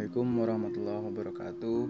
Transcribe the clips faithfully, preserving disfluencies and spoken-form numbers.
Assalamualaikum warahmatullahi wabarakatuh.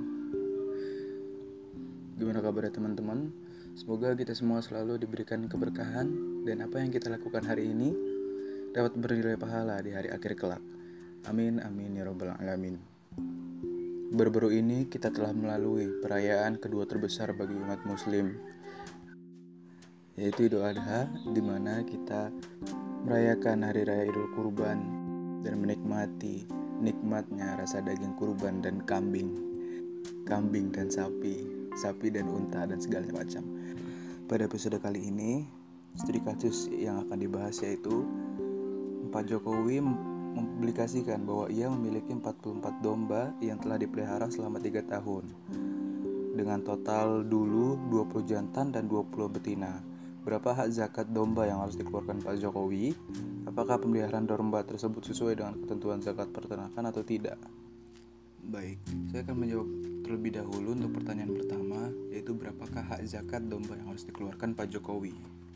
Gimana kabarnya teman-teman? Semoga kita semua selalu diberikan keberkahan dan apa yang kita lakukan hari ini dapat bernilai pahala di hari akhir kelak. Amin amin ya rabbal alamin. Baru-baru ini kita telah melalui perayaan kedua terbesar bagi umat muslim, yaitu Idul Adha, di mana kita merayakan hari raya Idul Kurban dan menikmati nikmatnya rasa daging kurban dan kambing, kambing dan sapi, sapi dan unta dan segala macam. Pada episode kali ini, studi kasus yang akan dibahas yaitu Pak Jokowi mempublikasikan bahwa ia memiliki empat puluh empat domba yang telah dipelihara selama tiga tahun dengan total dulu dua puluh jantan dan dua puluh betina. Berapa hak zakat domba yang harus dikeluarkan Pak Jokowi? Apakah pemeliharaan domba tersebut sesuai dengan ketentuan zakat peternakan atau tidak? Baik, saya akan menjawab terlebih dahulu untuk pertanyaan pertama, yaitu berapakah hak zakat domba yang harus dikeluarkan Pak Jokowi?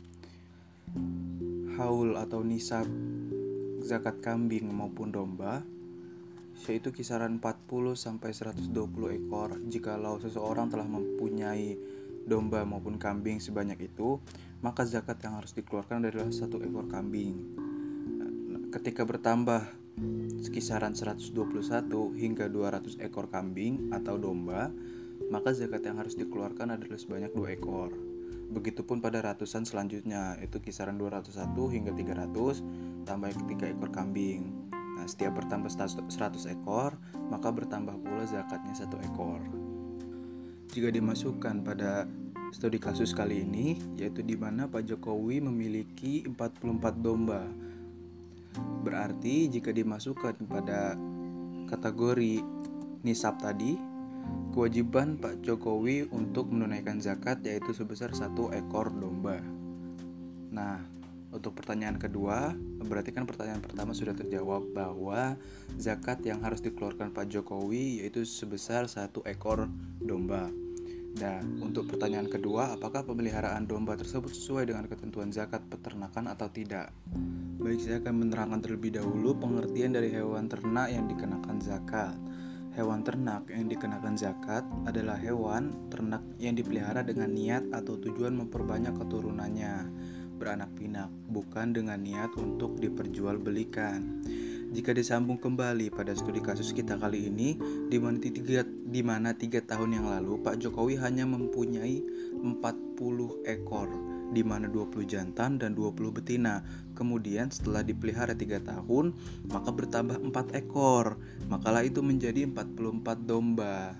Haul atau nisab zakat kambing maupun domba yaitu kisaran empat puluh sampai seratus dua puluh ekor. Jikalau seseorang telah mempunyai domba maupun kambing sebanyak itu, maka zakat yang harus dikeluarkan adalah satu ekor kambing. Ketika bertambah kisaran seratus dua puluh satu hingga dua ratus ekor kambing atau domba, maka zakat yang harus dikeluarkan adalah sebanyak dua ekor. Begitupun pada ratusan selanjutnya, itu kisaran dua ratus satu hingga tiga ratus tambah tiga ekor kambing. Nah, setiap bertambah seratus ekor, maka bertambah pula zakatnya satu ekor. Jika dimasukkan pada studi kasus kali ini, yaitu di mana Pak Jokowi memiliki empat puluh empat domba. Berarti jika dimasukkan pada kategori nisab tadi, kewajiban Pak Jokowi untuk menunaikan zakat yaitu sebesar satu ekor domba. Nah, untuk pertanyaan kedua, berarti kan pertanyaan pertama sudah terjawab bahwa zakat yang harus dikeluarkan Pak Jokowi yaitu sebesar satu ekor domba. Dan untuk pertanyaan kedua, apakah pemeliharaan domba tersebut sesuai dengan ketentuan zakat peternakan atau tidak? Baik, saya akan menerangkan terlebih dahulu pengertian dari hewan ternak yang dikenakan zakat. Hewan ternak yang dikenakan zakat adalah hewan ternak yang dipelihara dengan niat atau tujuan memperbanyak keturunannya, beranak pinak, bukan dengan niat untuk diperjualbelikan. Jika disambung kembali pada studi kasus kita kali ini, di mana tiga, di mana tiga tahun yang lalu Pak Jokowi hanya mempunyai empat puluh ekor, di mana dua puluh jantan dan dua puluh betina. Kemudian setelah dipelihara tiga tahun, maka bertambah empat ekor. Makalah itu menjadi empat puluh empat domba.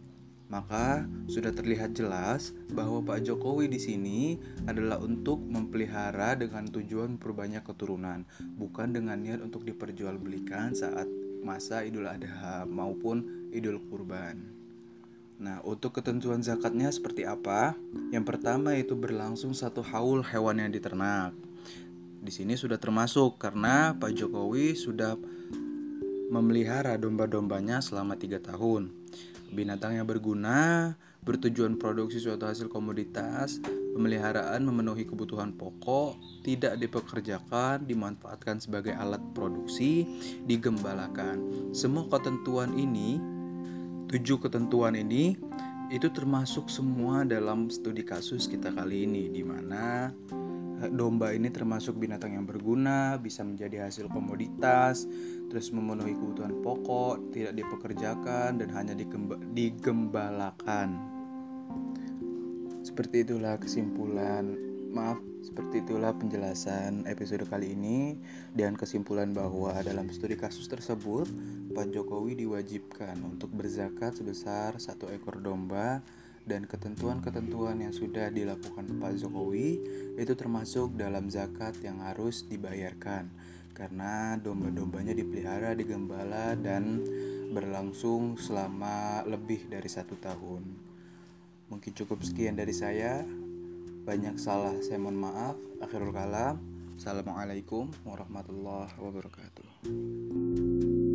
Maka sudah terlihat jelas bahwa Pak Jokowi di sini adalah untuk memelihara dengan tujuan memperbanyak keturunan, bukan dengan niat untuk diperjualbelikan saat masa Idul Adha maupun Idul Kurban. Nah, untuk ketentuan zakatnya seperti apa? Yang pertama itu berlangsung satu haul hewan yang diternak. Di sini sudah termasuk karena Pak Jokowi sudah memelihara domba-dombanya selama tiga tahun. Binatang yang berguna, bertujuan produksi suatu hasil komoditas, pemeliharaan memenuhi kebutuhan pokok, tidak dipekerjakan, dimanfaatkan sebagai alat produksi, digembalakan. Semua ketentuan ini, tujuh ketentuan ini, itu termasuk semua dalam studi kasus kita kali ini, di mana domba ini termasuk binatang yang berguna, bisa menjadi hasil komoditas, terus memenuhi kebutuhan pokok, tidak dipekerjakan, dan hanya digembalakan. Seperti itulah kesimpulan, maaf, seperti itulah penjelasan episode kali ini. Dan kesimpulan bahwa dalam studi kasus tersebut, Pak Jokowi diwajibkan untuk berzakat sebesar satu ekor domba. Dan ketentuan-ketentuan yang sudah dilakukan Pak Jokowi itu termasuk dalam zakat yang harus dibayarkan karena domba-dombanya dipelihara, digembala, dan berlangsung selama lebih dari satu tahun. Mungkin cukup sekian dari saya. Banyak salah, saya mohon maaf. Akhirul kalam. Assalamualaikum warahmatullahi wabarakatuh.